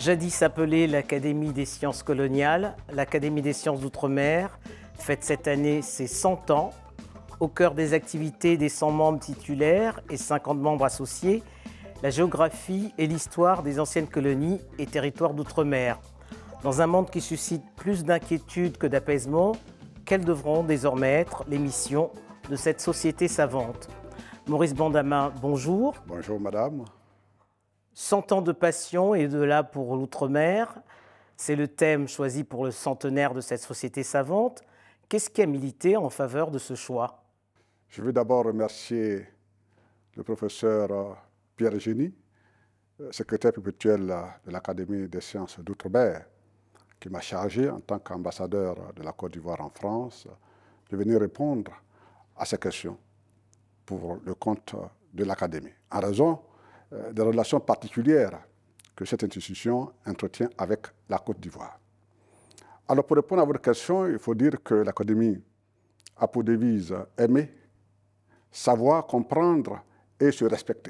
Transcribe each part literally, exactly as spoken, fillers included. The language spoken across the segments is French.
Jadis appelée l'Académie des sciences coloniales, l'Académie des sciences d'outre-mer fête cette année ses cent ans. Au cœur des activités des cent membres titulaires et cinquante membres associés, la géographie et l'histoire des anciennes colonies et territoires d'outre-mer. Dans un monde qui suscite plus d'inquiétude que d'apaisement, quelles devront désormais être les missions de cette société savante? Maurice Bandama, bonjour. Bonjour madame. cent ans de passion et de-delà pour l'outre-mer, c'est le thème choisi pour le centenaire de cette société savante. Qu'est-ce qui a milité en faveur de ce choix? Je veux d'abord remercier le professeur Pierre Génie, secrétaire perpétuel de l'Académie des sciences d'outre-mer, qui m'a chargé en tant qu'ambassadeur de la Côte d'Ivoire en France de venir répondre à ces questions pour le compte de l'Académie, en raison des relations particulières que cette institution entretient avec la Côte d'Ivoire. Alors pour répondre à votre question, il faut dire que l'Académie a pour devise aimer, savoir, comprendre et se respecter.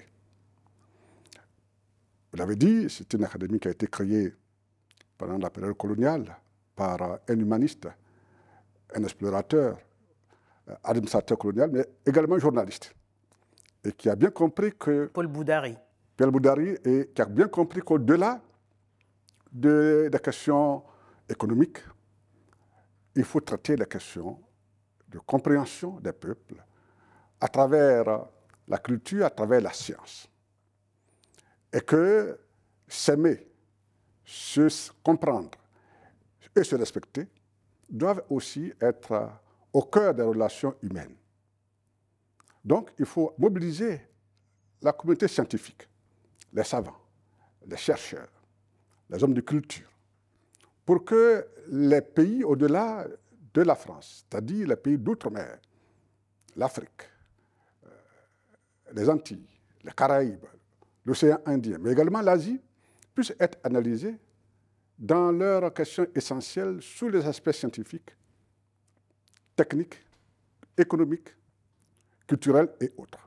Vous l'avez dit, c'est une académie qui a été créée pendant la période coloniale par un humaniste, un explorateur, administrateur colonial, mais également journaliste. Et qui a bien compris que... Paul Boudary. Paul Boudary, et qui a bien compris qu'au-delà de, des questions économiques, il faut traiter les questions de compréhension des peuples à travers la culture, à travers la science. Et que s'aimer, se comprendre et se respecter doivent aussi être au cœur des relations humaines. Donc, il faut mobiliser la communauté scientifique, les savants, les chercheurs, les hommes de culture, pour que les pays au-delà de la France, c'est-à-dire les pays d'outre-mer, l'Afrique, euh, les Antilles, les Caraïbes, l'océan Indien, mais également l'Asie, puissent être analysés dans leurs questions essentielles sous les aspects scientifiques, techniques, économiques, culturels et autres.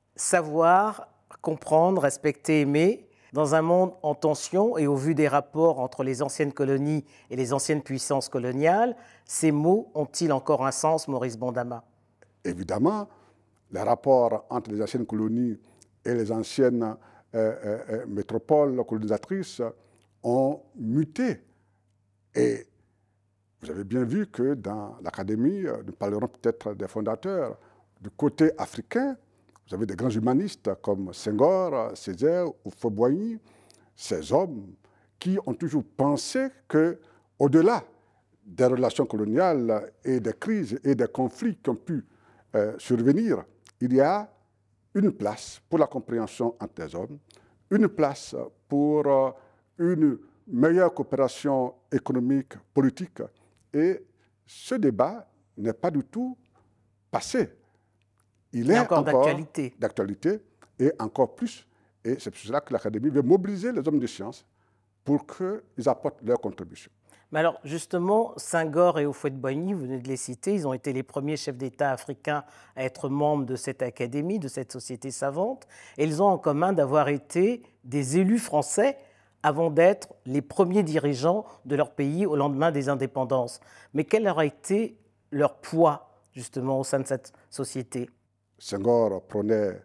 Savoir, comprendre, respecter, aimer, dans un monde en tension et au vu des rapports entre les anciennes colonies et les anciennes puissances coloniales, ces mots ont-ils encore un sens, Maurice Bandama? Évidemment, les rapports entre les anciennes colonies et les anciennes euh, euh, métropoles colonisatrices ont muté. Et vous avez bien vu que dans l'Académie, nous parlerons peut-être des fondateurs, du côté africain, vous avez des grands humanistes comme Senghor, Césaire ou Houphouët-Boigny, ces hommes qui ont toujours pensé qu'au-delà des relations coloniales et des crises et des conflits qui ont pu euh, survenir, il y a une place pour la compréhension entre les hommes, une place pour euh, une meilleure coopération économique, politique. Et ce débat n'est pas du tout passé. Il est encore encore d'actualité. d'actualité et encore plus. Et c'est pour cela que l'Académie veut mobiliser les hommes de science pour qu'ils apportent leur contribution. Mais alors, justement, Senghor et Houphouët-Boigny, vous venez de les citer, ils ont été les premiers chefs d'État africains à être membres de cette académie, de cette société savante. Et ils ont en commun d'avoir été des élus français avant d'être les premiers dirigeants de leur pays au lendemain des indépendances. Mais quel aura été leur poids, justement, au sein de cette société? Senghor prenait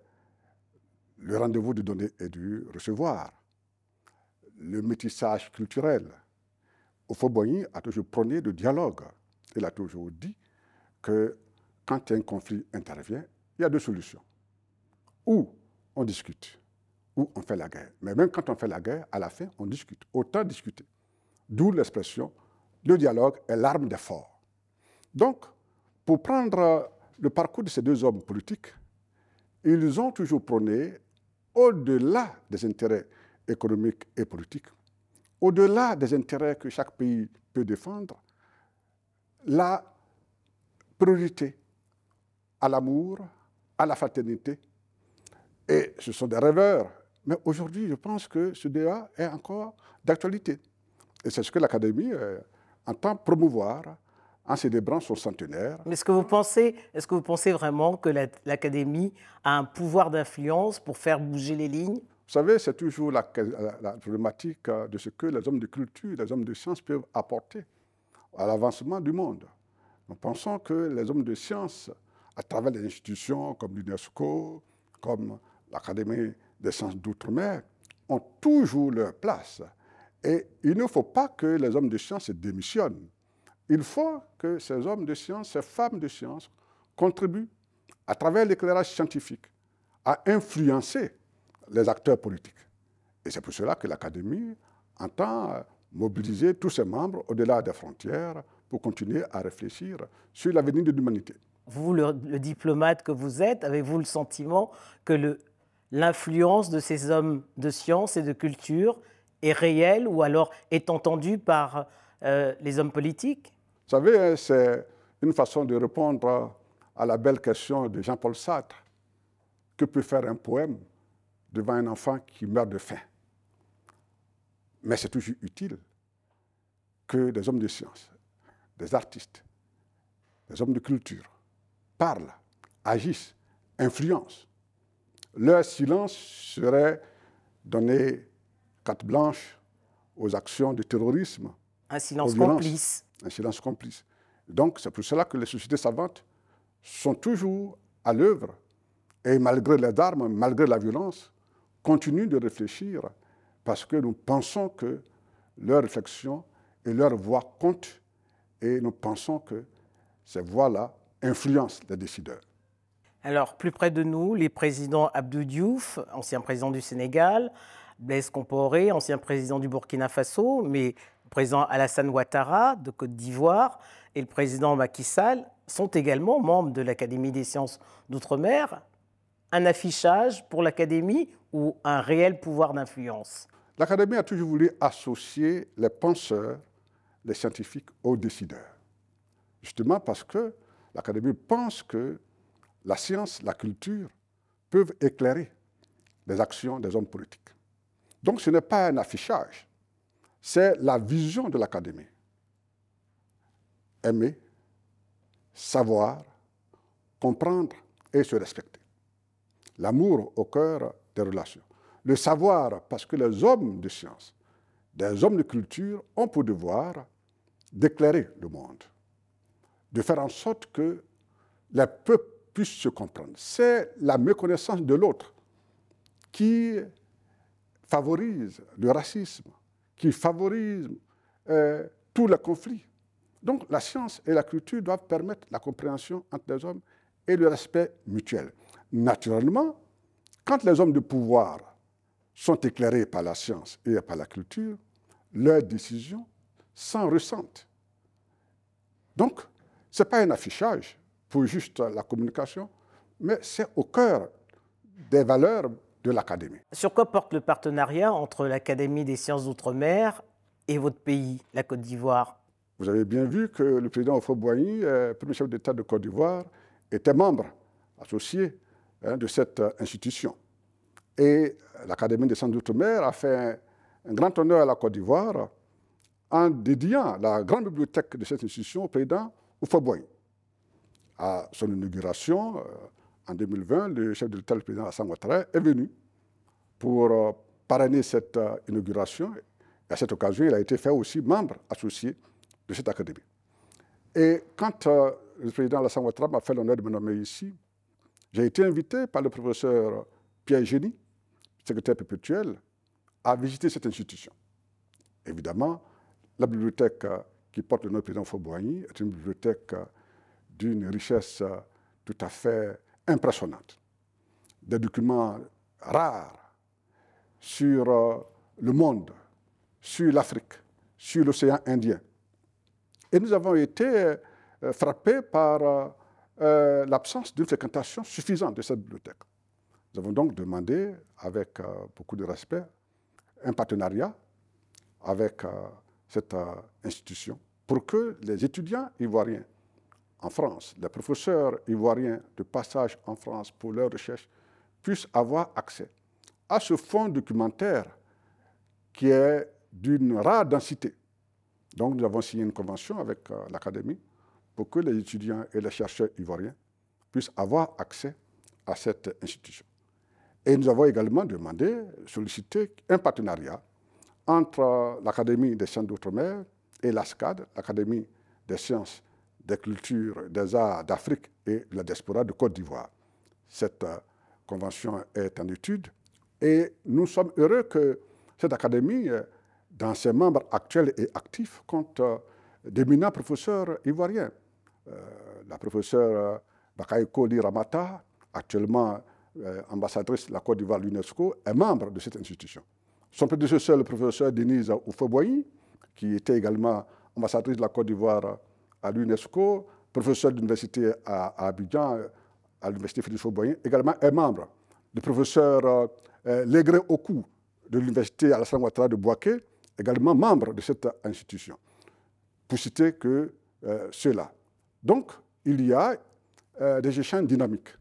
le rendez-vous du donner et du recevoir, le métissage culturel. Houphouët-Boigny a toujours prôné le dialogue. Il a toujours dit que quand un conflit intervient, il y a deux solutions. Ou on discute, ou on fait la guerre. Mais même quand on fait la guerre, à la fin, on discute. Autant discuter. D'où l'expression, le dialogue est l'arme des forts. Donc, pour prendre le parcours de ces deux hommes politiques, ils ont toujours prôné, au-delà des intérêts économiques et politiques, au-delà des intérêts que chaque pays peut défendre, la priorité à l'amour, à la fraternité. Et ce sont des rêveurs. Mais aujourd'hui, je pense que ce débat est encore d'actualité. Et c'est ce que l'Académie euh, entend promouvoir en célébrant son centenaire. Mais est-ce que vous pensez, est-ce que vous pensez vraiment que la, l'Académie a un pouvoir d'influence pour faire bouger les lignes? Vous savez, c'est toujours la, la, la problématique de ce que les hommes de culture, les hommes de science peuvent apporter à l'avancement du monde. Nous pensons que les hommes de science, à travers des institutions comme l'UNESCO, comme l'Académie des sciences d'outre-mer, ont toujours leur place. Et il ne faut pas que les hommes de science démissionnent. Il faut que ces hommes de science, ces femmes de science, contribuent, à travers l'éclairage scientifique, à influencer les acteurs politiques. Et c'est pour cela que l'Académie entend mobiliser tous ses membres au-delà des frontières pour continuer à réfléchir sur l'avenir de l'humanité. Vous, le, le diplomate que vous êtes, avez-vous le sentiment que le, l'influence de ces hommes de science et de culture est réelle ou alors est entendue par euh, les hommes politiques? Vous savez, c'est une façon de répondre à la belle question de Jean-Paul Sartre. Que peut faire un poème devant un enfant qui meurt de faim? Mais c'est toujours utile que des hommes de science, des artistes, des hommes de culture parlent, agissent, influencent. Leur silence serait donner carte blanche aux actions de terrorisme. Un silence complice. Un silence complice. Donc, c'est pour cela que les sociétés savantes sont toujours à l'œuvre et malgré les armes, malgré la violence, continuent de réfléchir parce que nous pensons que leur réflexion et leur voix comptent et nous pensons que ces voix-là influencent les décideurs. Alors, plus près de nous, les présidents Abdou Diouf, ancien président du Sénégal, Blaise Compaoré, ancien président du Burkina Faso, mais le président Alassane Ouattara de Côte d'Ivoire et le président Macky Sall sont également membres de l'Académie des sciences d'outre-mer. Un affichage pour l'Académie ou un réel pouvoir d'influence? L'Académie a toujours voulu associer les penseurs, les scientifiques aux décideurs. Justement parce que l'Académie pense que la science, la culture peuvent éclairer les actions des hommes politiques. Donc ce n'est pas un affichage, c'est la vision de l'Académie. Aimer, savoir, comprendre et se respecter. L'amour au cœur des relations. Le savoir, parce que les hommes de science, des hommes de culture, ont pour devoir d'éclairer le monde, de faire en sorte que les peuples puissent se comprendre. C'est la méconnaissance de l'autre qui favorise le racisme, qui favorise euh, tous les conflits. Donc la science et la culture doivent permettre la compréhension entre les hommes et le respect mutuel. Naturellement, quand les hommes de pouvoir sont éclairés par la science et par la culture, leurs décisions s'en ressentent. Donc, ce n'est pas un affichage pour juste la communication, mais c'est au cœur des valeurs de l'Académie. Sur quoi porte le partenariat entre l'Académie des sciences d'outre-mer et votre pays, la Côte d'Ivoire? Vous avez bien vu que le président Houphouët-Boigny, euh, premier chef d'État de Côte d'Ivoire, était membre associé hein, de cette euh, institution. Et l'Académie des sciences d'outre-mer a fait un, un grand honneur à la Côte d'Ivoire en dédiant la grande bibliothèque de cette institution au président Houphouët-Boigny. À son inauguration, euh, en deux mille vingt, le chef de l'État, le président Alassane Ouattara, est venu pour euh, parrainer cette euh, inauguration. Et à cette occasion, il a été fait aussi membre associé de cette académie. Et quand euh, le président Alassane Ouattara m'a fait l'honneur de me nommer ici, j'ai été invité par le professeur Pierre Génie, secrétaire perpétuel, à visiter cette institution. Évidemment, la bibliothèque euh, qui porte le nom du président Houphouët-Boigny est une bibliothèque euh, d'une richesse euh, tout à fait impressionnante. Des documents rares sur euh, le monde, sur l'Afrique, sur l'océan Indien. Et nous avons été euh, frappés par euh, euh, l'absence d'une fréquentation suffisante de cette bibliothèque. Nous avons donc demandé, avec euh, beaucoup de respect, un partenariat avec euh, cette euh, institution pour que les étudiants ivoiriens en France, les professeurs ivoiriens de passage en France pour leurs recherches puissent avoir accès à ce fonds documentaire qui est d'une rare densité. Donc nous avons signé une convention avec euh, l'Académie pour que les étudiants et les chercheurs ivoiriens puissent avoir accès à cette institution. Et nous avons également demandé, sollicité un partenariat entre l'Académie des sciences d'outre-mer et l'ASCAD, l'Académie des sciences, des cultures, des arts d'Afrique et de la diaspora de Côte d'Ivoire. Cette euh, convention est en étude et nous sommes heureux que cette académie, euh, dans ses membres actuels et actifs, compte euh, d'éminents professeurs ivoiriens. Euh, la professeure euh, Bakaïko Ly Ramata, actuellement euh, ambassadrice de la Côte d'Ivoire à l'UNESCO, est membre de cette institution. Son prédécesseur, le professeur Denise Oufeboyi, qui était également ambassadrice de la Côte d'Ivoire à l'UNESCO, professeur d'université à, à Abidjan, à l'université Félix Houphouët-Boigny, également est membre. Le professeur euh, Légré Okou de l'université Alassane Ouattara de Bouaké, également membre de cette institution. Pour citer que euh, ceux-là. Donc, il y a euh, des échanges dynamiques,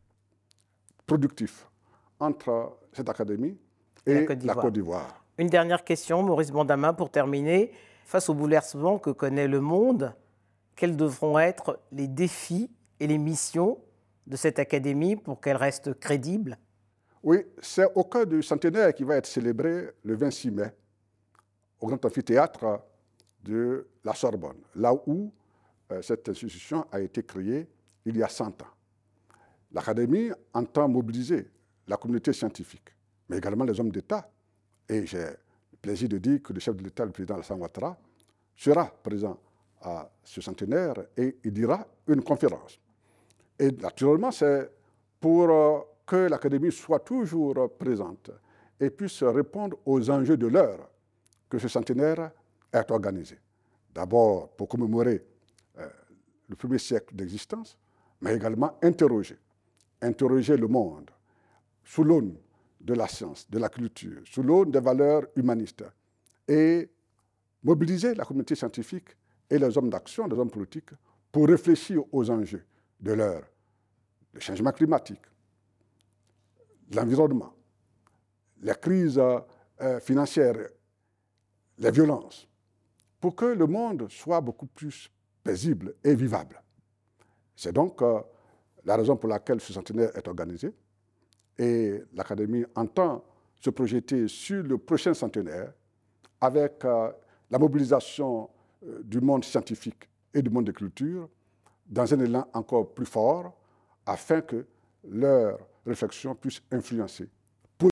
productifs, entre cette académie et, et la Côte d'Ivoire. Une dernière question, Maurice Bandama, pour terminer. Face aux bouleversements que connaît le monde, quels devront être les défis et les missions de cette académie pour qu'elle reste crédible? Oui, c'est au cœur du centenaire qui va être célébré le vingt-six mai au Grand Amphithéâtre de la Sorbonne, là où euh, cette institution a été créée il y a cent ans. L'Académie entend mobiliser la communauté scientifique, mais également les hommes d'État. Et j'ai le plaisir de dire que le chef de l'État, le président Alassane Ouattara, sera présent à ce centenaire et il dira une conférence. Et naturellement, c'est pour euh, que l'Académie soit toujours présente et puisse répondre aux enjeux de l'heure que ce centenaire est organisé. D'abord pour commémorer euh, le premier siècle d'existence, mais également interroger, interroger le monde sous l'aune de la science, de la culture, sous l'aune des valeurs humanistes et mobiliser la communauté scientifique et les hommes d'action, les hommes politiques, pour réfléchir aux enjeux de l'heure, le changement climatique, l'environnement, les crises euh, financières, les violences, pour que le monde soit beaucoup plus paisible et vivable. C'est donc euh, la raison pour laquelle ce centenaire est organisé et l'Académie entend se projeter sur le prochain centenaire avec euh, la mobilisation euh, du monde scientifique et du monde de culture dans un élan encore plus fort afin que leur réflexion puisse influencer